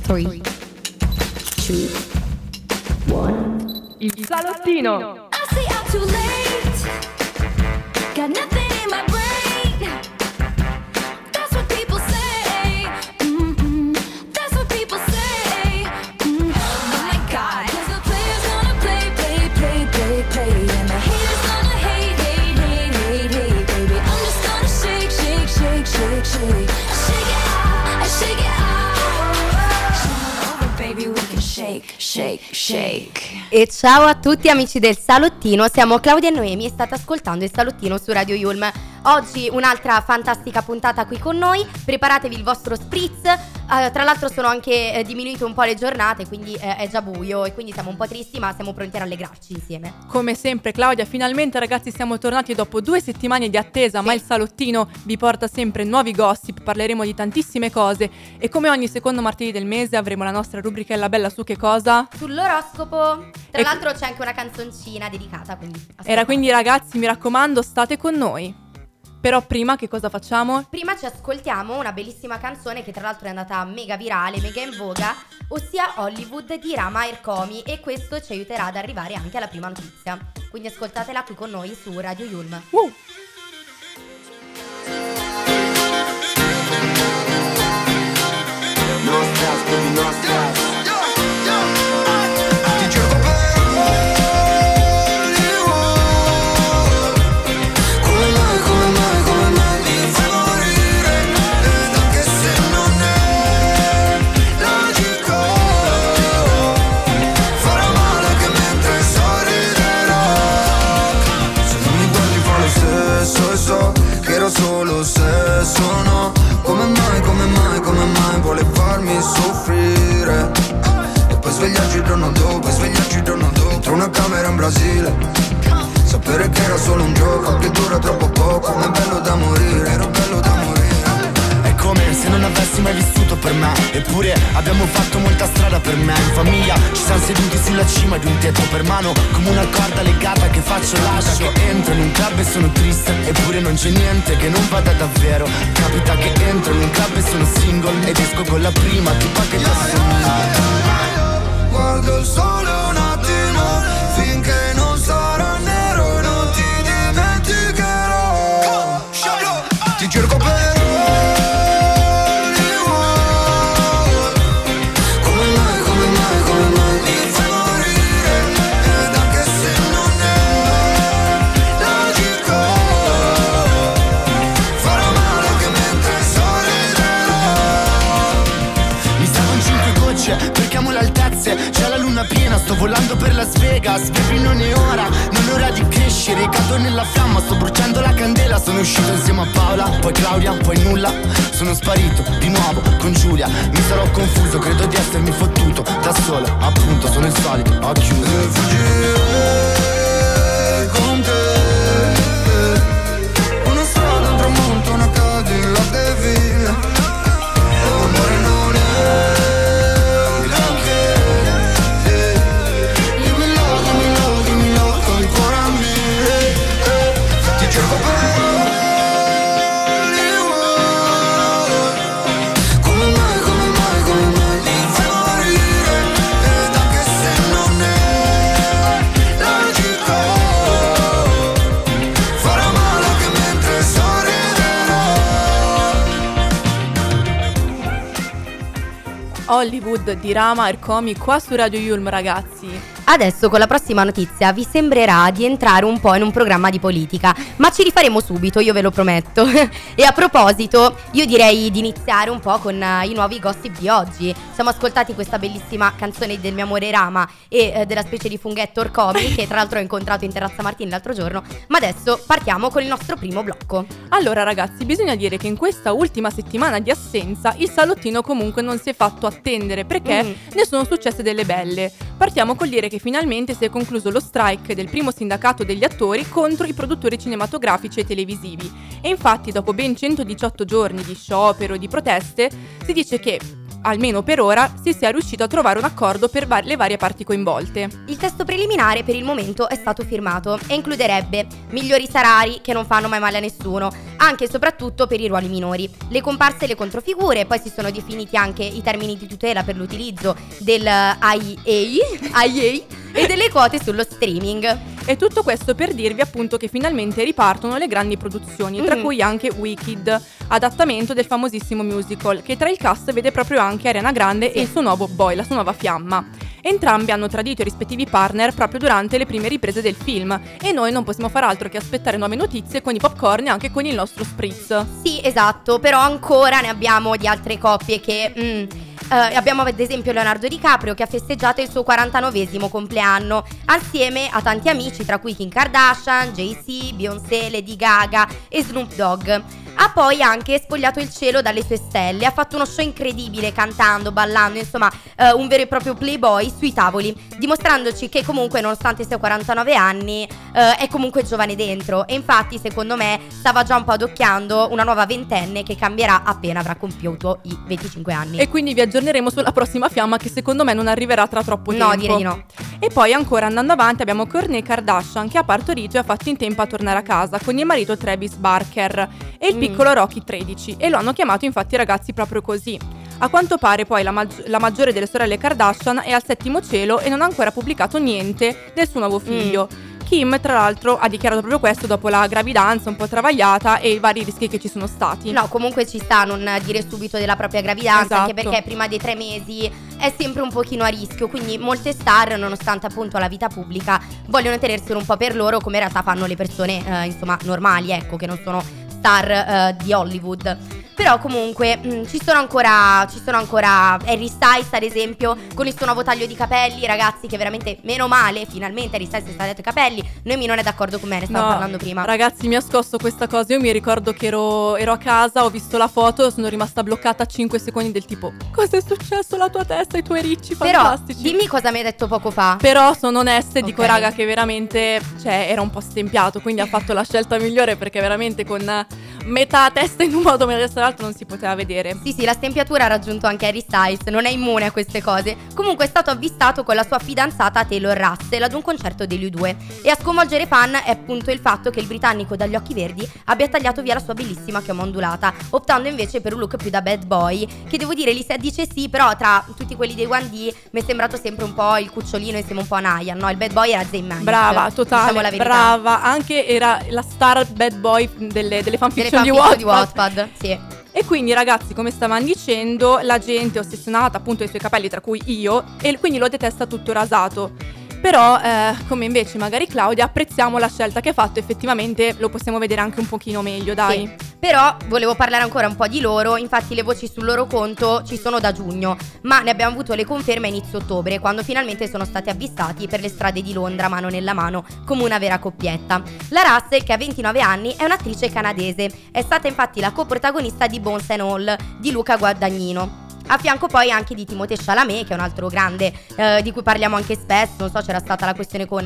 3, 2, 1. Il salottino. Got nothing in my brain. That's what people say. That's what people say. Oh my God. 'Cause the players gonna play. And the haters gonna hate. Baby, I'm just gonna shake. I shake it off. Come over, baby, we can shake. E ciao a tutti amici del Salottino, siamo Claudia e Noemi e state ascoltando il Salottino su Radio Yulm. Oggi un'altra fantastica puntata qui con noi, preparatevi il vostro spritz, tra l'altro sono anche diminuite un po' le giornate, quindi è già buio e quindi siamo un po' tristi, ma siamo pronti a rallegrarci insieme. Come sempre Claudia, finalmente ragazzi siamo tornati dopo 2 settimane di attesa, Sì. Ma il Salottino vi porta sempre nuovi gossip, parleremo di tantissime cose e come ogni secondo martedì del mese avremo la nostra rubrichella bella su che cosa? Sull'oroscopo, tra E- l'altro c'è anche una canzoncina dedicata, quindi Era quindi ragazzi, mi raccomando, state con noi. Però prima che cosa facciamo? prima ci ascoltiamo una bellissima canzone che tra l'altro è andata mega virale, mega in voga, ossia Hollywood di Rama Ercomi, e questo ci aiuterà ad arrivare anche alla prima notizia. Quindi ascoltatela qui con noi su Radio Yulm. Ti cerco per Hollywood. Come mai mi fai morire? Ed anche se non è logico, farà male che mentre sorriderò. Se non mi guardi fa lo stesso e so che era solo sesso, no? Come mai vuole farmi soffrire? E poi svegliarci il giorno dopo, dentro una camera in Brasile. Sapere che era solo un gioco, che dura troppo poco, ma è bello da morire, era bello da morire. È come se non avessi mai vissuto per me. Eppure abbiamo fatto molta strada per me. In famiglia ci siamo seduti sulla cima di un tetto per mano, come una corda legata che faccio lascio. Che entro in un club e sono triste, eppure non c'è niente che non vada davvero. Capita che entro in un club e sono single ed esco con la prima tipa che ti assomiglia. Guardo il sole un attimo, finché non sarà nero e non ti dimenticherò. Ti cerco per Hollywood. Come mai mi fai morire? Ed anche se non è logico, farà male che mentre sorriderò. Mi servono 5 gocce perché amo le altezze. C'è la luna piena, sto volando per Las Vegas. Baby non è ora, non è ora di crescere. Cado nella fiamma, sto bruciando la candela. Sono uscito insieme a Paola, poi Claudia, poi nulla. Sono sparito di nuovo con Giulia. Mi sarò confuso, credo di essermi fottuto da solo, appunto sono il solito, ho chiuso. E fuggire con te, una strada, un tramonto, una Cadillac de ville. L'amore non è granché. Dimmelo con il cuore a mille. Ti cerco per Hollywood. Come mai mi fai morire? Ed anche se non è logico, farà male che mentre sorriderò. Hollywood di Rama Ercomi qua su Radio Yulm ragazzi. Adesso con la prossima notizia vi sembrerà di entrare un po' in un programma di politica, ma ci rifaremo subito, io ve lo prometto. E a proposito, io direi di iniziare un po' con i nuovi gossip di oggi. Siamo ascoltati questa bellissima canzone del mio amore Rama e della specie di funghetto Orcomi, che tra l'altro ho incontrato in Terrazza Martini l'altro giorno. Ma adesso partiamo con il nostro primo blocco. Allora ragazzi, bisogna dire che in questa ultima settimana di assenza il Salottino comunque non si è fatto attendere perché ne sono successe delle belle. Partiamo col dire che finalmente si è concluso lo strike del primo sindacato degli attori contro i produttori cinematografici e televisivi. E infatti dopo ben 118 giorni di sciopero e di proteste si dice che almeno per ora, si sia riuscito a trovare un accordo per le varie parti coinvolte. Il testo preliminare per il momento è stato firmato e includerebbe migliori salari che non fanno mai male a nessuno, anche e soprattutto per i ruoli minori, le comparse e le controfigure, poi si sono definiti anche i termini di tutela per l'utilizzo del IA e delle quote sullo streaming. E tutto questo per dirvi appunto che finalmente ripartono le grandi produzioni, tra cui anche Wicked, adattamento del famosissimo musical, che tra il cast vede proprio anche Ariana Grande e il suo nuovo boy, la sua nuova fiamma. Entrambi hanno tradito i rispettivi partner proprio durante le prime riprese del film e noi non possiamo far altro che aspettare nuove notizie con i popcorn e anche con il nostro spritz. Sì, esatto, però ancora ne abbiamo di altre coppie che... abbiamo ad esempio Leonardo DiCaprio che ha festeggiato il suo 49esimo compleanno assieme a tanti amici, tra cui Kim Kardashian, Jay-Z, Beyoncé, Lady Gaga e Snoop Dogg. Ha poi anche spogliato il cielo dalle sue stelle, ha fatto uno show incredibile cantando, ballando, insomma un vero e proprio playboy sui tavoli, dimostrandoci che comunque nonostante i suoi 49 anni è comunque giovane dentro. E infatti secondo me stava già un po' adocchiando una nuova ventenne che cambierà appena avrà compiuto i 25 anni. E quindi vi aggiorneremo sulla prossima fiamma che secondo me non arriverà tra troppo tempo. No, direi di no. E poi ancora andando avanti abbiamo Kourtney Kardashian che ha partorito e ha fatto in tempo a tornare a casa con il marito Travis Barker e il piccolo Rocky 13 e lo hanno chiamato infatti i ragazzi proprio così. A quanto pare poi la maggiore delle sorelle Kardashian è al 7° cielo e non ha ancora pubblicato niente del suo nuovo figlio. Kim tra l'altro ha dichiarato proprio questo dopo la gravidanza un po' travagliata e i vari rischi che ci sono stati. No, comunque ci sta a non dire subito della propria gravidanza, anche Esatto. perché prima dei 3 mesi è sempre un pochino a rischio, quindi molte star, nonostante appunto la vita pubblica, vogliono tenerselo un po' per loro, come in realtà fanno le persone insomma normali, ecco, che non sono star di Hollywood. Però comunque ci sono ancora Harry Styles ad esempio con il suo nuovo taglio di capelli, ragazzi, che veramente meno male, finalmente Harry Styles si è tagliato i capelli. Noemi non è d'accordo con me, ne stavo parlando prima. Ragazzi, mi ha scosso questa cosa. Io mi ricordo che ero a casa, ho visto la foto, sono rimasta bloccata a 5 secondi del tipo: cosa è successo alla tua testa, ai tuoi ricci fantastici? Però dimmi cosa mi hai detto poco fa. Però sono onesta e dico Ok. raga che veramente, cioè, era un po' stempiato, quindi ha fatto la scelta migliore perché veramente con metà testa in un modo, metà testa nell'altro non si poteva vedere. Sì, la stempiatura ha raggiunto anche Harry Styles, non è immune a queste cose. Comunque è stato avvistato con la sua fidanzata Taylor Russell ad un concerto degli U2 e a sconvolgere i fan è appunto il fatto che il britannico dagli occhi verdi abbia tagliato via la sua bellissima chioma ondulata, optando invece per un look più da bad boy, che devo dire lì si addice sì, però tra tutti quelli dei 1D mi è sembrato sempre un po' il cucciolino insieme un po' a Niall, no? Il bad boy era Zayn Malik. Brava, diciamo totale, la verità. brava. Anche era la star bad boy delle fanfiction di Wattpad, Wattpad. sì. E quindi ragazzi, come stavamo dicendo, la gente è ossessionata appunto ai suoi capelli, tra cui io, e quindi lo detesta tutto rasato. Però, come invece magari Claudia, apprezziamo la scelta che ha fatto, effettivamente lo possiamo vedere anche un pochino meglio, dai. Sì. Però volevo parlare ancora un po' di loro, infatti le voci sul loro conto ci sono da giugno, ma ne abbiamo avuto le conferme a inizio ottobre, quando finalmente sono stati avvistati per le strade di Londra mano nella mano come una vera coppietta. La Russell, che ha 29 anni, è un'attrice canadese, è stata infatti la coprotagonista di Bones and All di Luca Guadagnino. A fianco poi anche di Timothée Chalamet, che è un altro grande di cui parliamo anche spesso. Non so, c'era stata la questione con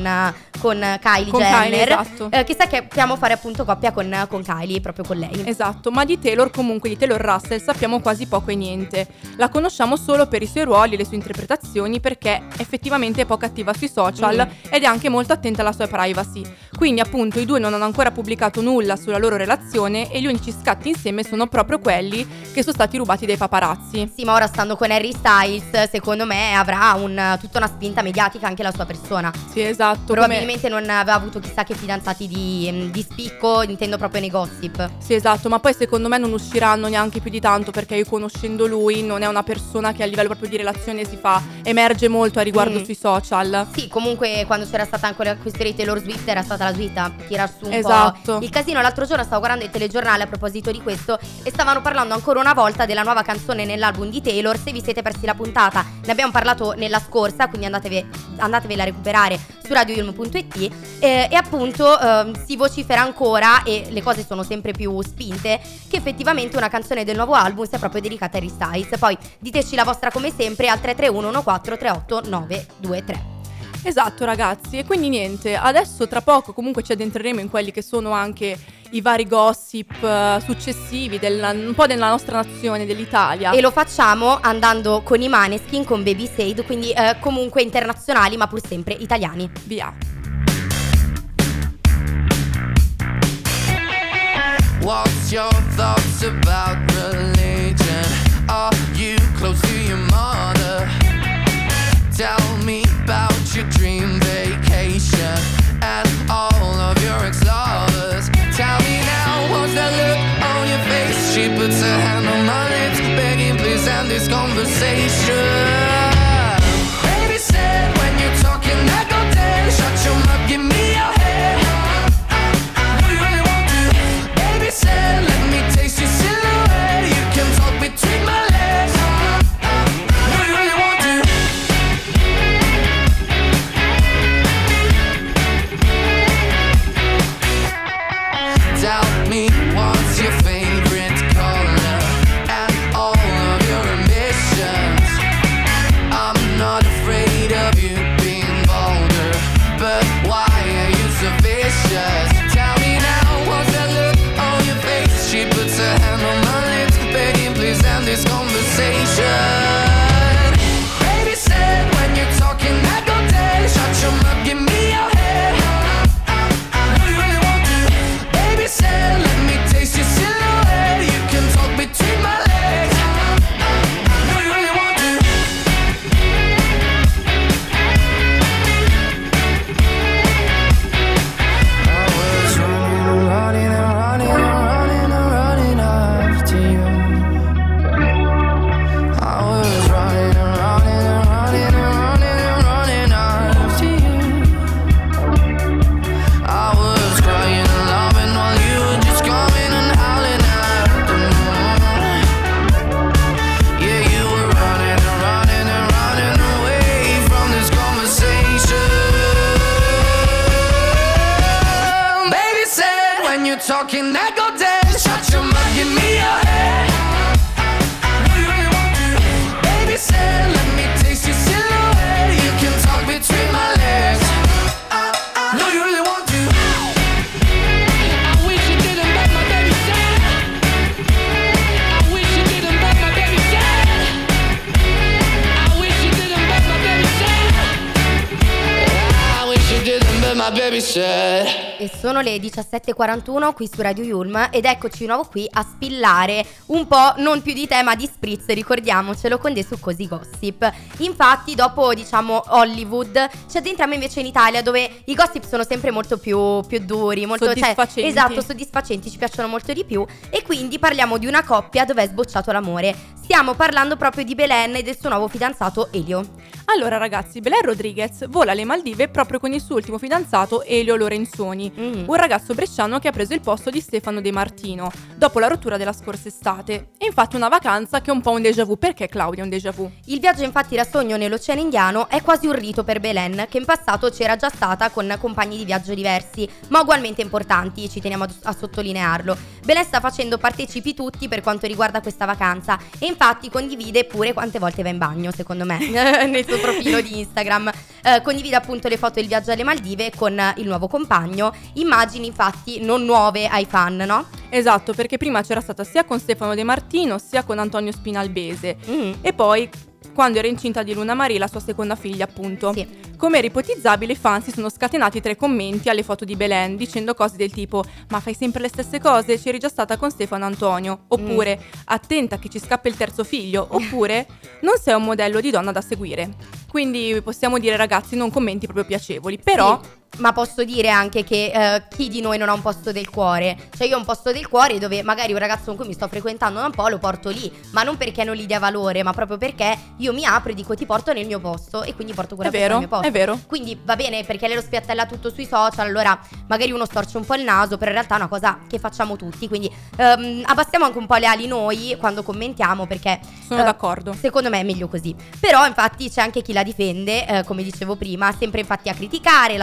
Kylie Jenner, esatto. che sappiamo fare appunto coppia con Kylie, proprio con lei. Esatto, ma di Taylor comunque, di Taylor Russell, sappiamo quasi poco e niente. La conosciamo solo per i suoi ruoli e le sue interpretazioni, perché effettivamente è poco attiva sui social ed è anche molto attenta alla sua privacy. Quindi appunto i due non hanno ancora pubblicato nulla sulla loro relazione e gli unici scatti insieme sono proprio quelli che sono stati rubati dai paparazzi. Sì, ma ora stando con Harry Styles, secondo me avrà tutta una spinta mediatica anche la sua persona. Sì, esatto. Probabilmente non aveva avuto chissà che fidanzati di spicco, intendo proprio nei gossip. Sì, esatto, ma poi secondo me non usciranno neanche più di tanto, perché io conoscendo lui non è una persona che a livello proprio di relazione emerge molto a riguardo sui social. Sì, comunque quando c'era stata anche la questione di Taylor Swift era stata la Twitter tirar su un Esatto. po' il casino. L'altro giorno stavo guardando il telegiornale a proposito di questo e stavano parlando ancora una volta della nuova canzone nell'album di Taylor. Se vi siete persi la puntata, ne abbiamo parlato nella scorsa, quindi andatevela a recuperare su radioyulm.it e appunto si vocifera ancora, e le cose sono sempre più spinte, che effettivamente una canzone del nuovo album sia proprio dedicata a Harry Styles. Poi diteci la vostra come sempre al 331 1438 923. Esatto ragazzi, e quindi niente, adesso tra poco comunque ci addentreremo in quelli che sono anche i vari gossip successivi un po' della nostra nazione, dell'Italia. E lo facciamo andando con i Maneskin, con Baby Said, quindi comunque internazionali ma pur sempre italiani. Via. What's your thoughts about religion? Are you close to your mother? Tell me about your dream vacation and all of your ex-lovers. Tell me now, what's that look on your face? She puts her hand on my lips, begging please end this conversation. Baby said when you're talking I go dead. Shut your mouth, give me your head. Do you really want to? Baby said let me taste your silhouette. You can talk between my legs. Do you really want to? Tell me what's your favorite color and all of your ambitions. I'm not afraid of you being bolder, but why are you so vicious? Tell me now, what's that look on your face? She puts her hand on my lips, begging please end this conversation. Baby said when you're talking I go dead. Shut your mouth, give me your head. Do you really want to? Baby said let me taste your silhouette. You can talk between my legs. Do you really want to? I was running after you. I was running after you. I was crying and loving while you were just coming and howling at the moon. Yeah, you were running away from this conversation. Baby said when you're talking I go dead. Shut your mouth, give me your head. Do you really want to? Baby said let me taste your silhouette. You can talk between my legs. Do you really want to? I wish you didn't make my baby sad. I wish you didn't make my baby sad. I wish you didn't make my baby sad. I wish you didn't make my baby sad. E sono le 17:41 qui su Radio Yulm ed eccoci di nuovo qui a spillare un po', non più di te ma di spritz, ricordiamocelo, con dei succosi gossip. Infatti dopo diciamo Hollywood ci addentriamo invece in Italia, dove i gossip sono sempre molto più duri, molto soddisfacenti. Esatto, soddisfacenti, ci piacciono molto di più. E quindi parliamo di una coppia dove è sbocciato l'amore. Stiamo parlando proprio di Belen e del suo nuovo fidanzato Elio. Allora ragazzi, Belen Rodriguez vola alle Maldive proprio con il suo ultimo fidanzato Elio Lorenzoni, un ragazzo bresciano che ha preso il posto di Stefano De Martino dopo la rottura della scorsa estate. E infatti una vacanza che è un po' un déjà vu. Perché Claudia è un déjà vu? Il viaggio infatti da sogno nell'Oceano Indiano è quasi un rito per Belen, che in passato c'era già stata con compagni di viaggio diversi, ma ugualmente importanti, ci teniamo a sottolinearlo. Belen sta facendo partecipi tutti per quanto riguarda questa vacanza e infatti condivide pure quante volte va in bagno, secondo me, nel suo profilo di Instagram. Condivide appunto le foto del viaggio alle Maldive con il nuovo compagno, immagini infatti non nuove ai fan, no? Esatto, perché prima c'era stata sia con Stefano De Martino sia con Antonio Spinalbese e poi quando era incinta di Luna Marie, la sua seconda figlia appunto. Sì. Come era ipotizzabile, i fan si sono scatenati tra i commenti alle foto di Belen dicendo cose del tipo: ma fai sempre le stesse cose? C'eri già stata con Stefano Antonio. Oppure attenta che ci scappa il terzo figlio. Oppure non sei un modello di donna da seguire. Quindi possiamo dire ragazzi, non commenti proprio piacevoli. Però Sì. Ma posso dire anche che chi di noi non ha un posto del cuore? Cioè io ho un posto del cuore dove magari un ragazzo con cui mi sto frequentando da un po' lo porto lì, ma non perché non gli dia valore, ma proprio perché io mi apro e dico ti porto nel mio posto e quindi porto quella persona nel mio posto. È vero. Quindi va bene perché lei lo spiattella tutto sui social, allora magari uno storce un po' il naso, però in realtà è una cosa che facciamo tutti, quindi abbassiamo anche un po' le ali noi quando commentiamo, perché sono d'accordo. secondo me è meglio così. Però infatti c'è anche chi la difende, come dicevo prima, sempre infatti a criticare, lasciatela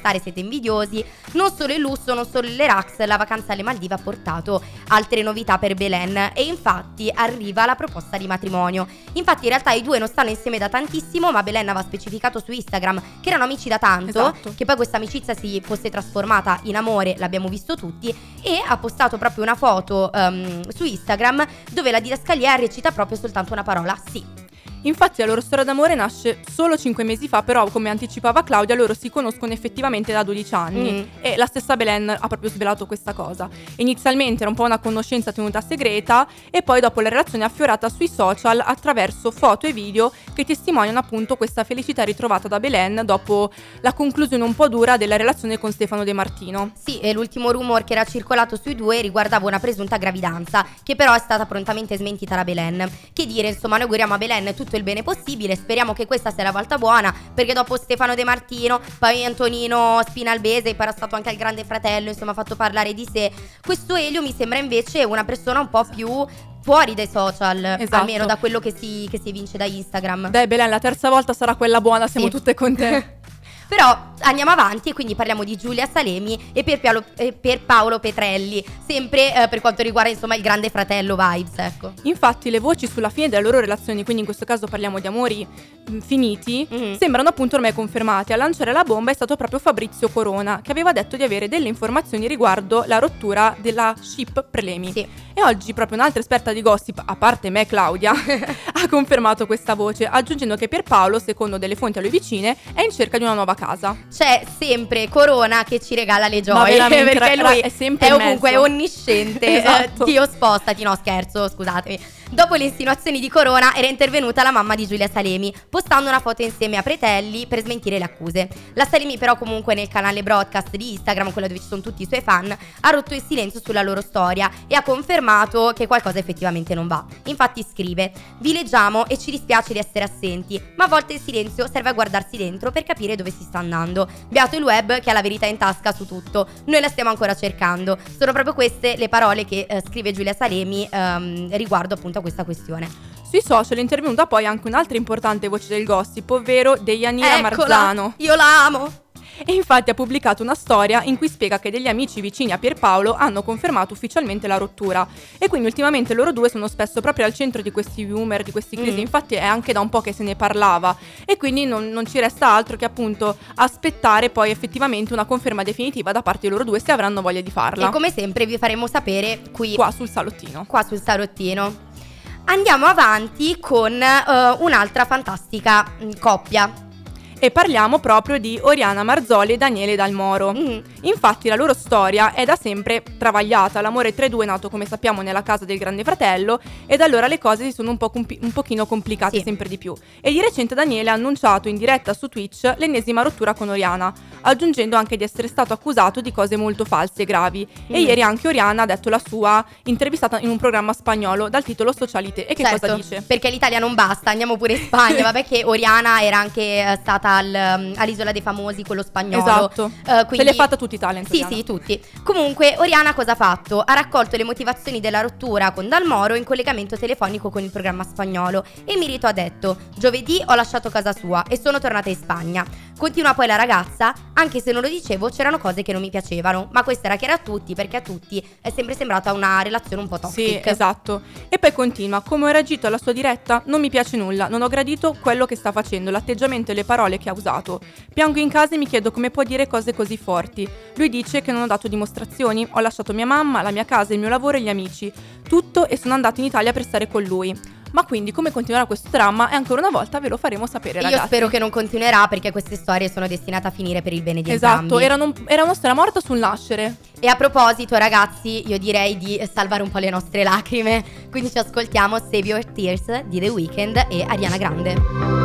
stare, siete invidiosi. Non solo il lusso, non solo le Rax, la vacanza alle Maldive ha portato altre novità per Belen e infatti arriva la proposta di matrimonio. Infatti in realtà i due non stanno insieme da tantissimo, ma Belen aveva specificato su Instagram che erano amici da tanto, Esatto. che poi questa amicizia si fosse trasformata in amore, l'abbiamo visto tutti, e ha postato proprio una foto su Instagram dove la didascalia recita proprio soltanto una parola: sì. Infatti la loro storia d'amore nasce solo 5 mesi fa, però come anticipava Claudia loro si conoscono effettivamente da 12 anni e la stessa Belen ha proprio svelato questa cosa. Inizialmente era un po' una conoscenza tenuta segreta e poi dopo la relazione è affiorata sui social attraverso foto e video che testimoniano appunto questa felicità ritrovata da Belen dopo la conclusione un po' dura della relazione con Stefano De Martino. Sì, e l'ultimo rumor che era circolato sui due riguardava una presunta gravidanza, che però è stata prontamente smentita da Belen. Che dire, insomma, noi auguriamo a Belen tutto il bene possibile, speriamo che questa sia la volta buona, perché dopo Stefano De Martino, poi Antonino Spinalbese, poi era stato anche il Grande Fratello, insomma ha fatto parlare di sé. Questo Elio mi sembra invece una persona un po' più fuori dai social, Esatto. almeno da quello che si evince da Instagram. Dai Belen, la terza volta sarà quella buona, siamo Sì. tutte con te. Però andiamo avanti e quindi parliamo di Giulia Salemi e per Paolo Petrelli, sempre per quanto riguarda insomma il Grande Fratello vibes, ecco. Infatti le voci sulla fine delle loro relazioni, quindi in questo caso parliamo di amori finiti, sembrano appunto ormai confermati. A lanciare la bomba è stato proprio Fabrizio Corona, che aveva detto di avere delle informazioni riguardo la rottura della ship Prelemi. Sì. E oggi proprio un'altra esperta di gossip, a parte me Claudia, ha confermato questa voce, aggiungendo che Pierpaolo, secondo delle fonti a lui vicine, è in cerca di una nuova casa. C'è sempre Corona che ci regala le Ma gioie, veramente, perché lui è sempre in ovunque, è mezzo. onnisciente. Esatto. Dio spostati, no scherzo, scusatemi. Dopo le insinuazioni di Corona era intervenuta la mamma di Giulia Salemi, postando una foto insieme a Pretelli per smentire le accuse. La Salemi però comunque nel canale broadcast di Instagram, quello dove ci sono tutti i suoi fan, ha rotto il silenzio sulla loro storia e ha confermato che qualcosa effettivamente non va. Infatti scrive: vi leggiamo e ci dispiace di essere assenti, ma a volte il silenzio serve a guardarsi dentro per capire dove si sta andando. Beato il web che ha la verità in tasca su tutto, noi la stiamo ancora cercando. Sono proprio queste le parole che scrive Giulia Salemi riguardo appunto a questa questione. Sui social è intervenuta poi anche un'altra importante voce del gossip, ovvero Deianira Eccola, Marzano. io la amo. E infatti ha pubblicato una storia in cui spiega che degli amici vicini a Pierpaolo hanno confermato ufficialmente la rottura e quindi ultimamente loro due sono spesso proprio al centro di questi rumor, di questi crisi. Infatti è anche da un po' che se ne parlava e quindi non ci resta altro che appunto aspettare poi effettivamente una conferma definitiva da parte di loro due, se avranno voglia di farla. E come sempre vi faremo sapere qui Qua sul salottino. qua sul Salottino. Andiamo avanti con un'altra fantastica coppia. E parliamo proprio di Oriana Marzoli e Daniele Dalmoro. Infatti la loro storia è da sempre travagliata. L'amore tra i due è nato, come sappiamo, nella casa del Grande Fratello e da allora le cose si sono un pochino complicate, Sì. sempre di più. E di recente Daniele ha annunciato in diretta su Twitch l'ennesima rottura con Oriana, aggiungendo anche di essere stato accusato di cose molto false e gravi. E ieri anche Oriana ha detto la sua, intervistata in un programma spagnolo dal titolo Socialité. E che Certo, cosa dice? perché l'Italia non basta, andiamo pure in Spagna. Vabbè che Oriana era anche stata all'Isola dei Famosi, quello spagnolo. Esatto. Quindi... Se l'è fatta tutti i talent. Sì, Oriana. sì, tutti. Comunque, Oriana cosa ha fatto? Ha raccolto le motivazioni della rottura con Dalmoro in collegamento telefonico con il programma spagnolo e in merito ha detto: giovedì ho lasciato casa sua e sono tornata in Spagna. Continua poi la ragazza: anche se non lo dicevo c'erano cose che non mi piacevano, ma questo era chiaro a tutti perché a tutti è sempre sembrata una relazione un po' Sì, toxic. esatto. E poi continua: come ho reagito alla sua diretta? Non mi piace nulla, non ho gradito quello che sta facendo, l'atteggiamento e le parole che ha usato. Piango in casa e mi chiedo come può dire cose così forti. Lui dice che non ho dato dimostrazioni, ho lasciato mia mamma, la mia casa, il mio lavoro e gli amici. Tutto, e sono andato in Italia per stare con lui. Ma quindi come continuerà questo dramma? E ancora una volta ve lo faremo sapere, Io ragazzi. spero che non continuerà perché queste storie sono destinate a finire per il bene di Esatto, entrambi. era una storia morta sul nascere. E a proposito, ragazzi, io direi di salvare un po' le nostre lacrime. Quindi ci ascoltiamo Save Your Tears di The Weeknd e Ariana Grande.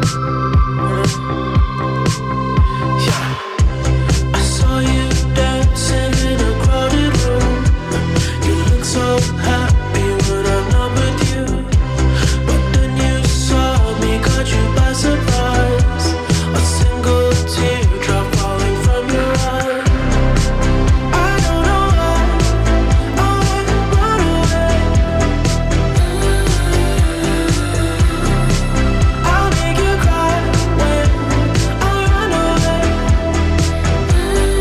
I saw you dancing in a crowded room. You look so happy when I'm not with you. But then you saw me, caught you by surprise. A single teardrop falling from your eye. I don't know why I run away. I'll make you cry when I run away.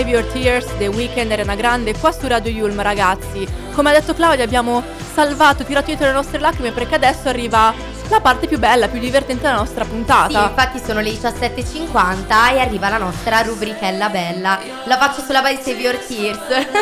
Save Your Tears, The Weeknd, Ariana Grande, qua su Radio Yulm, ragazzi. Come ha detto Claudia, abbiamo salvato, tirato dietro le nostre lacrime, perché adesso arriva la parte più bella, più divertente della nostra Sì, puntata. infatti sono le 17:50 e arriva la nostra rubrichella bella. La faccio sulla base Save Your Tears.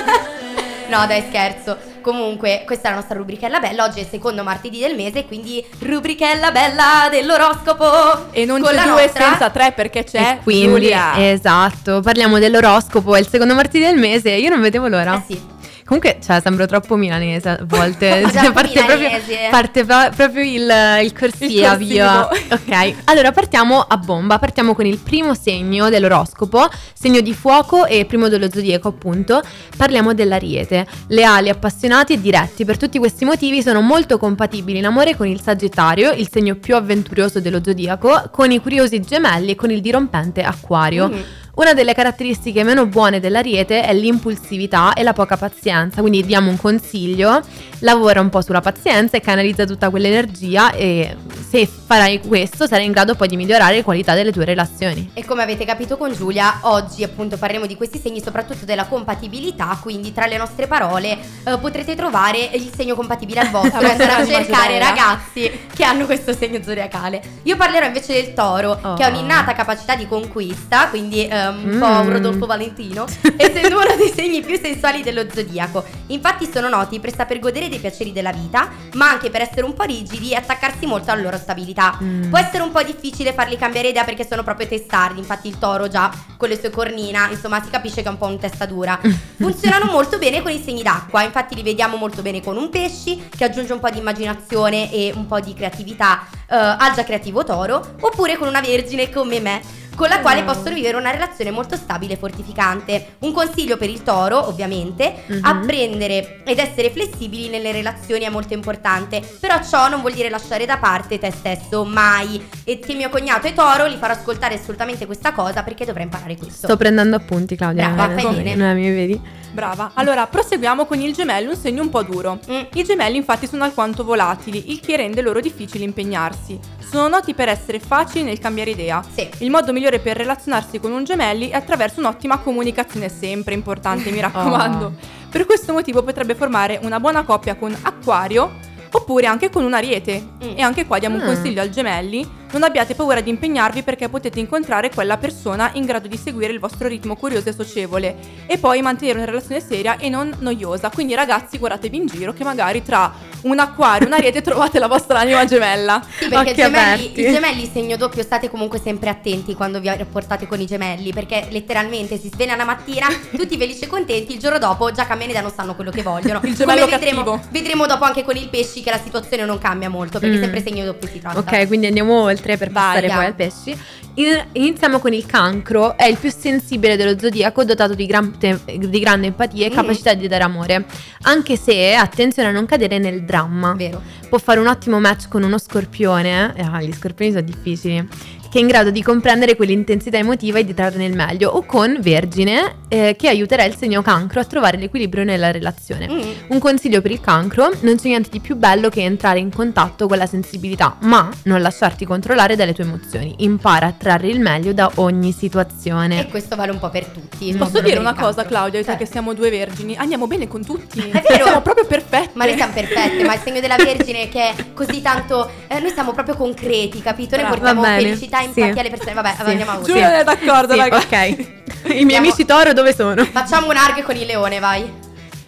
No, dai, scherzo. Comunque, questa è la nostra rubrichella bella. Oggi è il secondo martedì del mese, quindi rubrichella bella dell'oroscopo. E non Con c'è la due nostra- senza tre, perché c'è E quindi, Giulia. esatto, parliamo dell'oroscopo, è il secondo martedì del mese, io non vedevo l'ora. sì. Comunque, cioè, sembro troppo milanese a volte. Troppo Cioè, parte milanese. proprio il corsia, Il via. corsivo. Ok, allora partiamo a bomba. Partiamo con il primo segno dell'oroscopo, segno di fuoco e primo dello zodiaco, appunto. Parliamo dell'Ariete. Leali, appassionati e diretti. Per tutti questi motivi sono molto compatibili in amore con il Sagittario, il segno più avventuroso dello zodiaco, con i curiosi Gemelli e con il dirompente Acquario. Una delle caratteristiche meno buone dell'Ariete è l'impulsività e la poca pazienza, quindi diamo un consiglio: lavora un po' sulla pazienza e canalizza tutta quell'energia, e se farai questo sarai in grado poi di migliorare le qualità delle tue relazioni. E come avete capito con Giulia, oggi appunto parleremo di questi segni, soprattutto della compatibilità, quindi tra le nostre parole potrete trovare il segno compatibile al vostro e andare a Anima cercare gemella. ragazzi che hanno questo segno zodiacale. Io parlerò invece del Toro, che ha un'innata capacità di conquista, quindi un po' un Rodolfo Valentino, essendo uno dei segni più sensuali dello zodiaco. Infatti sono noti per saper godere dei piaceri della vita, ma anche per essere un po' rigidi e attaccarsi molto alla loro stabilità. Può essere un po' difficile farli cambiare idea perché sono proprio testardi. Infatti il Toro già con le sue cornina, insomma, si capisce che è un po' un testa dura. Funzionano molto bene con i segni d'acqua, infatti li vediamo molto bene con un pesci che aggiunge un po' di immaginazione e un po' di creatività al già creativo Toro, oppure con una Vergine come me, con la quale possono vivere una relazione molto stabile e fortificante. Un consiglio per il Toro, ovviamente, apprendere ed essere flessibili nelle relazioni è molto importante, però ciò non vuol dire lasciare da parte te stesso, mai. E che mio cognato è Toro, li farò ascoltare assolutamente questa cosa, perché dovrà imparare questo. Sto prendendo appunti, Claudia. Brava, fai bene. Non mi vedi? Brava. Allora, proseguiamo con il Gemelli, un segno un po' duro. I Gemelli infatti sono alquanto volatili, il che rende loro difficile impegnarsi. Sono noti per essere facili nel cambiare idea. Sì. Il modo migliore per relazionarsi con un Gemelli è attraverso un'ottima comunicazione, sempre importante, mi raccomando. Per questo motivo potrebbe formare una buona coppia con Acquario, oppure anche con un Ariete. E anche qua diamo un consiglio al Gemelli: non abbiate paura di impegnarvi, perché potete incontrare quella persona in grado di seguire il vostro ritmo curioso e socievole, e poi mantenere una relazione seria e non noiosa. Quindi ragazzi, guardatevi in giro che magari tra un Acquario e un Ariete trovate la vostra anima gemella. Sì, perché Occhi aperti. i gemelli segno doppio, state comunque sempre attenti quando vi rapportate con i gemelli, perché letteralmente si sveglia una mattina tutti felici e contenti, il giorno dopo già cambiano idea, non sanno quello che vogliono. Il gemello Come cattivo. vedremo dopo anche con il pesci che la situazione non cambia molto, perché sempre segno doppio si tratta. Ok, quindi andiamo oltre per passare andiamo. poi al pesci. Iniziamo con il Cancro. È il più sensibile dello zodiaco, dotato di grande empatia e capacità di dare amore, anche se attenzione a non cadere nel dramma. Vero. Può fare un ottimo match con uno Scorpione. Gli Scorpioni sono difficili, che è in grado di comprendere quell'intensità emotiva e di trarne il meglio, o con Vergine, che aiuterà il segno Cancro a trovare l'equilibrio nella relazione. Un consiglio per il Cancro: non c'è niente di più bello che entrare in contatto con la sensibilità, ma non lasciarti controllare dalle tue emozioni. Impara a trarre il meglio da ogni situazione. E questo vale un po' per tutti. non Posso solo dire per una il cosa, cancro. Claudia, visto Certo. che siamo due vergini, andiamo bene con tutti. È vero. Siamo proprio perfette. Ma noi siamo perfette, ma il segno della Vergine che è così tanto noi siamo proprio concreti, capito? Noi Brava. portiamo Va bene, felicità e sì. empatia alle persone. Vabbè, andiamo a Giulia non è d'accordo, Sì, ragazzi. ok. I miei Andiamo. amici Toro dove sono? Facciamo un arg con il leone, vai.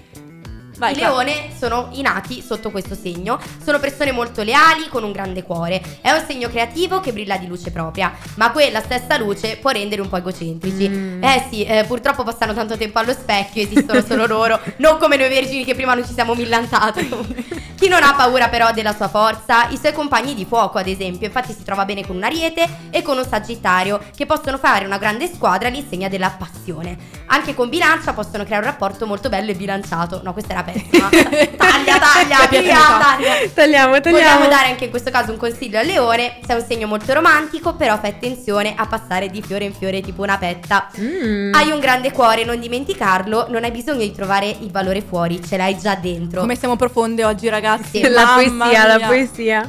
Vai, I leone sono i nati sotto questo segno, sono persone molto leali con un grande cuore. È un segno creativo che brilla di luce propria, ma quella stessa luce può rendere un po' egocentrici. Sì, purtroppo passano tanto tempo allo specchio, esistono solo loro, non come noi vergini che prima non ci siamo millantate. Chi non ha paura però della sua forza, i suoi compagni di fuoco ad esempio, infatti si trova bene con un Ariete e con un Sagittario, che possono fare una grande squadra all'insegna della passione. Anche con Bilancia possono creare un rapporto molto bello e bilanciato. No, questa era pessima. Taglia, via, taglia. Tagliamo. Vogliamo dare anche in questo caso un consiglio al leone: sei un segno molto romantico, però fai attenzione a passare di fiore in fiore tipo una petta. Hai un grande cuore, non dimenticarlo, non hai bisogno di trovare il valore fuori, ce l'hai già dentro. Come siamo profonde oggi, ragazzi. Sì, La Mamma poesia, mia. la poesia.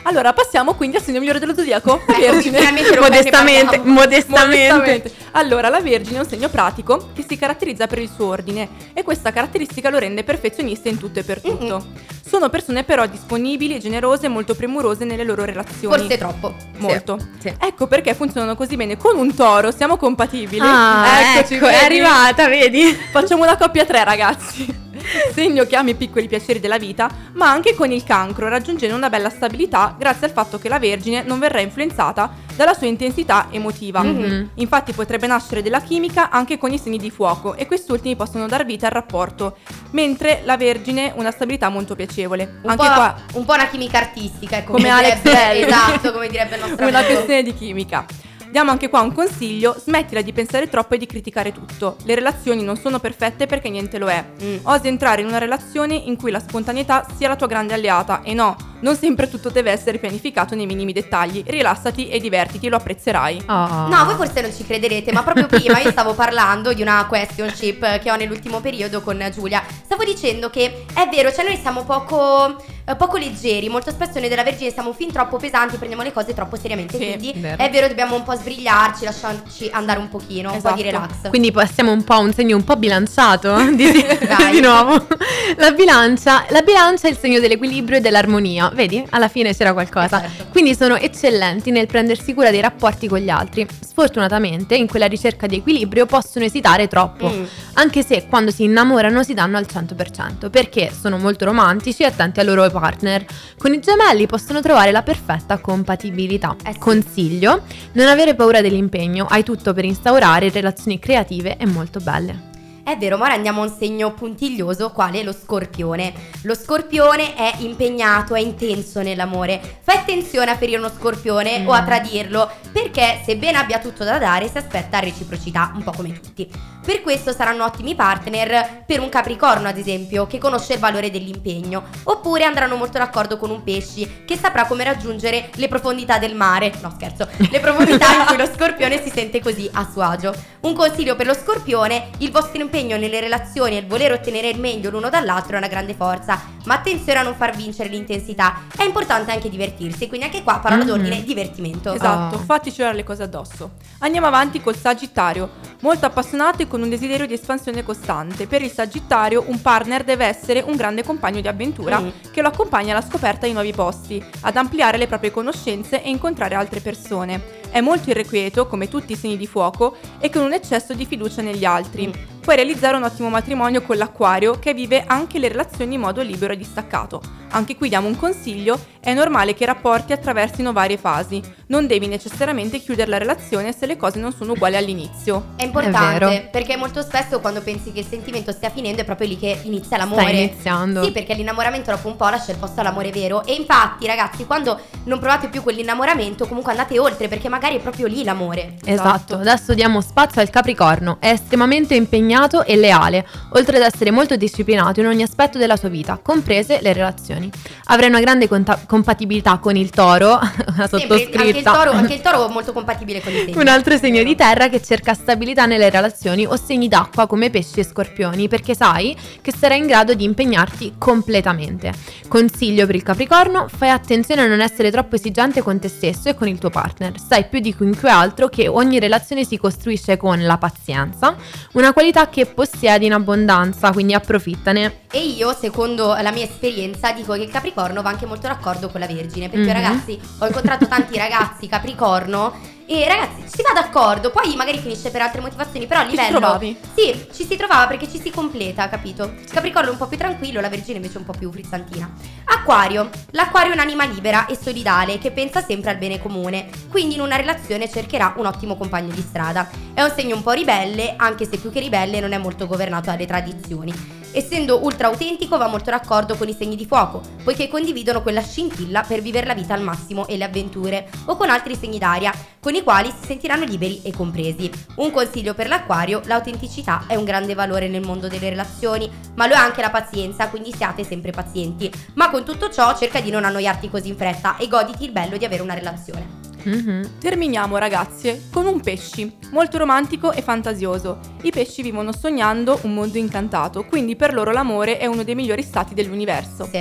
Allora, passiamo quindi al segno migliore dello zodiaco, la Vergine. finalmente lo Modestamente, parliamo. modestamente. Allora, la Vergine è un segno pratico che si caratterizza per il suo ordine e questa caratteristica lo rende perfezionista in tutto e per tutto. Sono persone però disponibili, generose e molto premurose nelle loro relazioni. Forse troppo. Molto. Sì. Ecco perché funzionano così bene con un Toro, siamo compatibili. Eccoci, ecco, è vedi? arrivata, vedi? Facciamo una coppia 3, ragazzi. Segno che ama i piccoli piaceri della vita, ma anche con il Cancro, raggiungendo una bella stabilità grazie al fatto che la Vergine non verrà influenzata dalla sua intensità emotiva. Infatti potrebbe nascere della chimica anche con i segni di fuoco e quest'ultimi possono dar vita al rapporto, mentre la Vergine una stabilità molto piacevole. Un Anche po', qua un po' una chimica artistica, ecco, come Alex direbbe- Belli. Esatto, come direbbe il nostro una amico. questione di chimica. Diamo anche qua un consiglio: smettila di pensare troppo e di criticare tutto. Le relazioni non sono perfette perché niente lo è. Osa entrare in una relazione in cui la spontaneità sia la tua grande alleata e no, non sempre tutto deve essere pianificato nei minimi dettagli. Rilassati e divertiti, lo apprezzerai. Oh. No, voi forse non ci crederete, ma proprio prima io stavo parlando di una questionship che ho nell'ultimo periodo con Giulia. Stavo dicendo che è vero, cioè noi siamo poco leggeri, molto spesso noi della Vergine siamo fin troppo pesanti, prendiamo le cose troppo seriamente, Sì, quindi vero. è vero, dobbiamo un po' sbrigliarci, lasciarci andare un pochino, un po' di Esatto. relax. Quindi passiamo un po' a un segno un po' bilanciato Dai. di nuovo. La bilancia è il segno dell'equilibrio e dell'armonia. Vedi? Alla fine c'era qualcosa. Certo. Quindi sono eccellenti nel prendersi cura dei rapporti con gli altri. Sfortunatamente in quella ricerca di equilibrio possono esitare troppo, anche se quando si innamorano si danno al 100%, perché sono molto romantici e attenti ai loro partner. Con i gemelli possono trovare la perfetta compatibilità. Sì. Consiglio: non avere paura dell'impegno, hai tutto per instaurare relazioni creative e molto belle. È vero, ma ora andiamo a un segno puntiglioso, quale lo Scorpione. Lo Scorpione è impegnato, è intenso nell'amore. Fai attenzione a ferire uno Scorpione o a tradirlo, perché sebbene abbia tutto da dare, si aspetta reciprocità, un po' come tutti. Per questo saranno ottimi partner per un Capricorno, ad esempio, che conosce il valore dell'impegno. Oppure andranno molto d'accordo con un Pesci, che saprà come raggiungere le profondità del mare. No, scherzo. Le profondità in cui lo Scorpione si sente così a suo agio. Un consiglio per lo Scorpione: il vostro impegno nelle relazioni e il voler ottenere il meglio l'uno dall'altro è una grande forza, ma attenzione a non far vincere l'intensità. È importante anche divertirsi, quindi anche qua parola d'ordine: divertimento. Esatto, Oh. fatti celare le cose addosso. Andiamo avanti col Sagittario, molto appassionato e con un desiderio di espansione costante. Per il Sagittario un partner deve essere un grande compagno di avventura che lo accompagna alla scoperta di nuovi posti, ad ampliare le proprie conoscenze e incontrare altre persone. È molto irrequieto, come tutti i segni di fuoco, e con un eccesso di fiducia negli altri. Puoi realizzare un ottimo matrimonio con l'Acquario, che vive anche le relazioni in modo libero e distaccato. Anche qui diamo un consiglio: è normale che i rapporti attraversino varie fasi. Non devi necessariamente chiudere la relazione se le cose non sono uguali all'inizio. È importante, È vero. perché molto spesso quando pensi che il sentimento stia finendo è proprio lì che inizia l'amore. Sta iniziando. Sì, perché l'innamoramento dopo un po' lascia il posto all'amore vero. E infatti, ragazzi, quando non provate più quell'innamoramento, comunque andate oltre, perché magari è proprio lì l'amore. Esatto, adesso diamo spazio al Capricorno. È estremamente impegnato e leale, oltre ad essere molto disciplinato in ogni aspetto della sua vita, comprese le relazioni. Avrai una grande compatibilità con il Toro, la Sempre, sottoscritta. anche il toro è molto compatibile con i segni. Un altro segno di terra che cerca stabilità nelle relazioni, o segni d'acqua come pesci e scorpioni, perché sai che sarai in grado di impegnarti completamente. Consiglio per il Capricorno: fai attenzione a non essere troppo esigente con te stesso e con il tuo partner. Sai più di chiunque altro che ogni relazione si costruisce con la pazienza, una qualità che possiedi in abbondanza, quindi approfittane. E io, secondo la mia esperienza, dico che il Capricorno va anche molto d'accordo con la Vergine. Perché ragazzi, ho incontrato tanti ragazzi Capricorno e ragazzi ci si va d'accordo, poi magari finisce per altre motivazioni, però a Ci si livello trovavi? Sì, ci si trovava perché ci si completa, capito? Il Capricorno è un po' più tranquillo, la Vergine invece è un po' più frizzantina. Acquario. L'Acquario è un'anima libera e solidale che pensa sempre al bene comune, quindi in una relazione cercherà un ottimo compagno di strada. È un segno un po' ribelle, anche se più che ribelle non è molto governato dalle tradizioni. Essendo ultra autentico va molto d'accordo con i segni di fuoco, poiché condividono quella scintilla per vivere la vita al massimo e le avventure, o con altri segni d'aria, con i quali si sentiranno liberi e compresi. Un consiglio per l'Acquario: l'autenticità è un grande valore nel mondo delle relazioni, ma lo è anche la pazienza, quindi siate sempre pazienti. Ma con tutto ciò cerca di non annoiarti così in fretta e goditi il bello di avere una relazione. Terminiamo, ragazze, con un Pesci, molto romantico e fantasioso. I pesci vivono sognando un mondo incantato, quindi per loro l'amore è uno dei migliori stati dell'universo. Sì.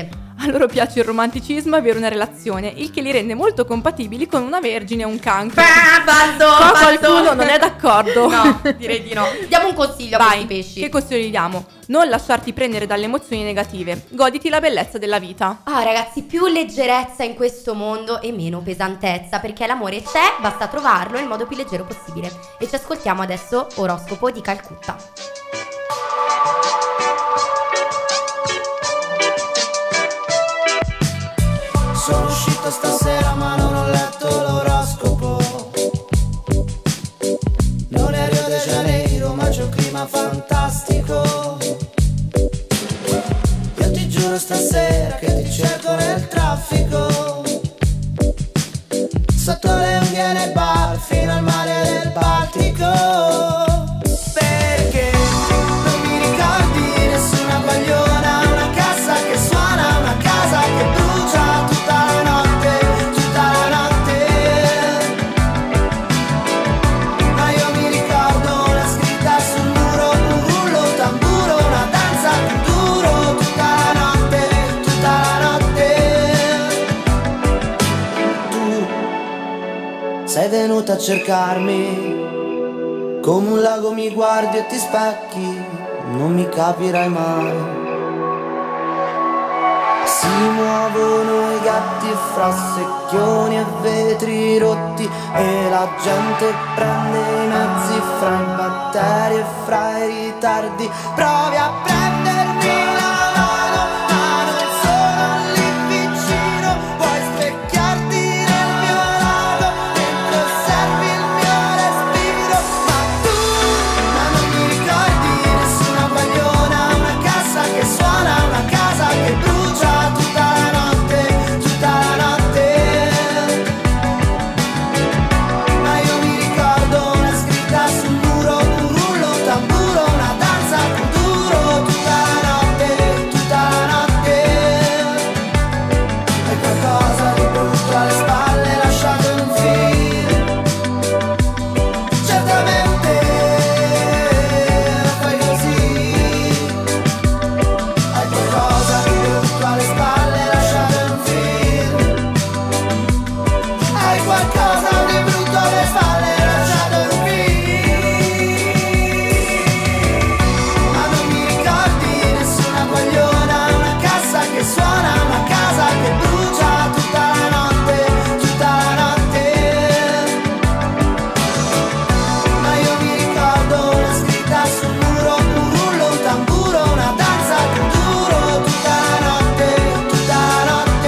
A loro piace il romanticismo e avere una relazione, il che li rende molto compatibili con una vergine e un cancro. Qua qualcuno non è d'accordo? No, direi di no. Diamo un consiglio a Vai, questi pesci. che consiglio gli diamo? Non lasciarti prendere dalle emozioni negative, goditi la bellezza della vita. Ah ragazzi, più leggerezza in questo mondo e meno pesantezza, perché l'amore c'è, basta trovarlo nel modo più leggero possibile. E ci ascoltiamo adesso Oroscopo di Calcutta. Sono uscito stasera ma non ho letto l'oroscopo. Non è Rio de Janeiro ma c'è un clima fantastico. Io ti giuro stasera che ti cerco nel traffico. Sotto le unghie nei bar fino al mare del Baltico. Perché non mi ricordi nessuna bagliona, una cassa che suona, una casa che brucia tutta la notte, tutta la notte. Ma io mi ricordo una scritta sul muro, un rullo, tamburo, una danza più duro, tutta la notte, tutta la notte. Tu sei venuta a cercarmi, come un lago mi guardi e ti specchi, non mi capirai mai. Si muovono i gatti fra secchioni e vetri rotti e la gente prende i mezzi fra i batteri e fra i ritardi. Provi a prendermi la mano, ma non sono lì vicino. Puoi specchiarti nel mio lago mentre osservi il mio respiro. Ma non mi ricordi nessuna bagliona, una cassa che suona, una casa che brucia tutta la notte, tutta la notte. Ma io mi ricordo una scritta sul muro, un rullo, tamburo, una danza più duro, tutta la notte, tutta la notte. Hai qualcosa di brutto alle spalle lasciato in un film. Certamente fai così. Hai qualcosa di brutto alle spalle lasciato in un film. Hai qualcosa di brutto alle spalle lasciato in un film. Ma non mi ricordi nessuna guagliona, una cassa che suona, una casa che brucia tutta la notte, tutta la notte. Ma io mi ricordo una scritta sul muro, un rullo, un tamburo, una danza più duro, tutta la notte, tutta la notte.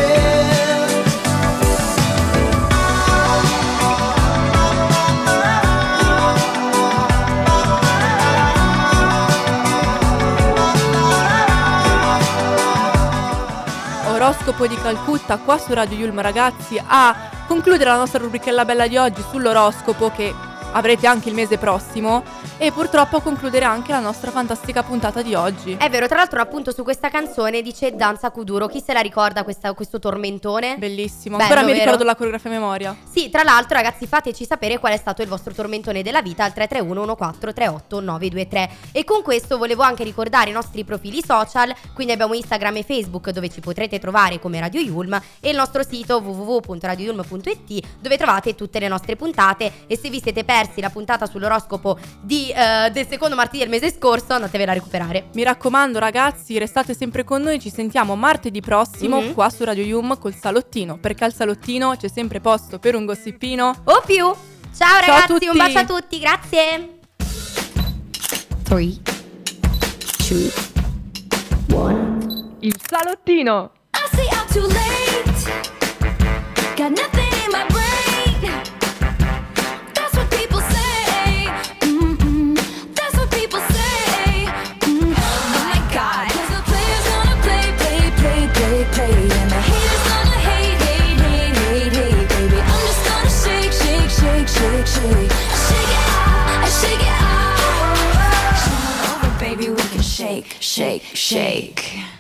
Oroscopo di Calcutta qua su Radio Yulm, ragazzi, a concludere la nostra rubrichella bella di oggi sull'oroscopo che avrete anche il mese prossimo e purtroppo a concludere anche la nostra fantastica puntata di oggi. È vero, tra l'altro appunto su questa canzone dice Danza Kuduro. Chi se la ricorda questo tormentone? Bellissimo, Bello, ancora mi vero? ricordo la coreografia a memoria. Sì, tra l'altro ragazzi fateci sapere qual è stato il vostro tormentone della vita al 331 1438 923. E con questo volevo anche ricordare i nostri profili social, quindi abbiamo Instagram e Facebook dove ci potrete trovare come Radio Yulm e il nostro sito www.radioyulm.it dove trovate tutte le nostre puntate. E se vi siete persi la puntata sull'oroscopo del secondo martedì del mese scorso, andatevela a recuperare. Mi raccomando ragazzi, restate sempre con noi, ci sentiamo martedì prossimo qua su Radio Yulm col salottino, perché al salottino c'è sempre posto per un gossipino O più. Ciao Ciao a ragazzi, tutti. un bacio a tutti, grazie. 3, 2, 1. il salottino. I see I'm too late. Got nothing in my brain. That's what people say. That's what people say. Oh my God. 'Cause the players gonna play, play, play, play, play, and the haters gonna hate, hate, hate, hate, hate, baby. I'm just gonna shake, shake, shake, shake, shake. I shake it out, I shake it out. Come on over, baby, we can shake, shake, shake.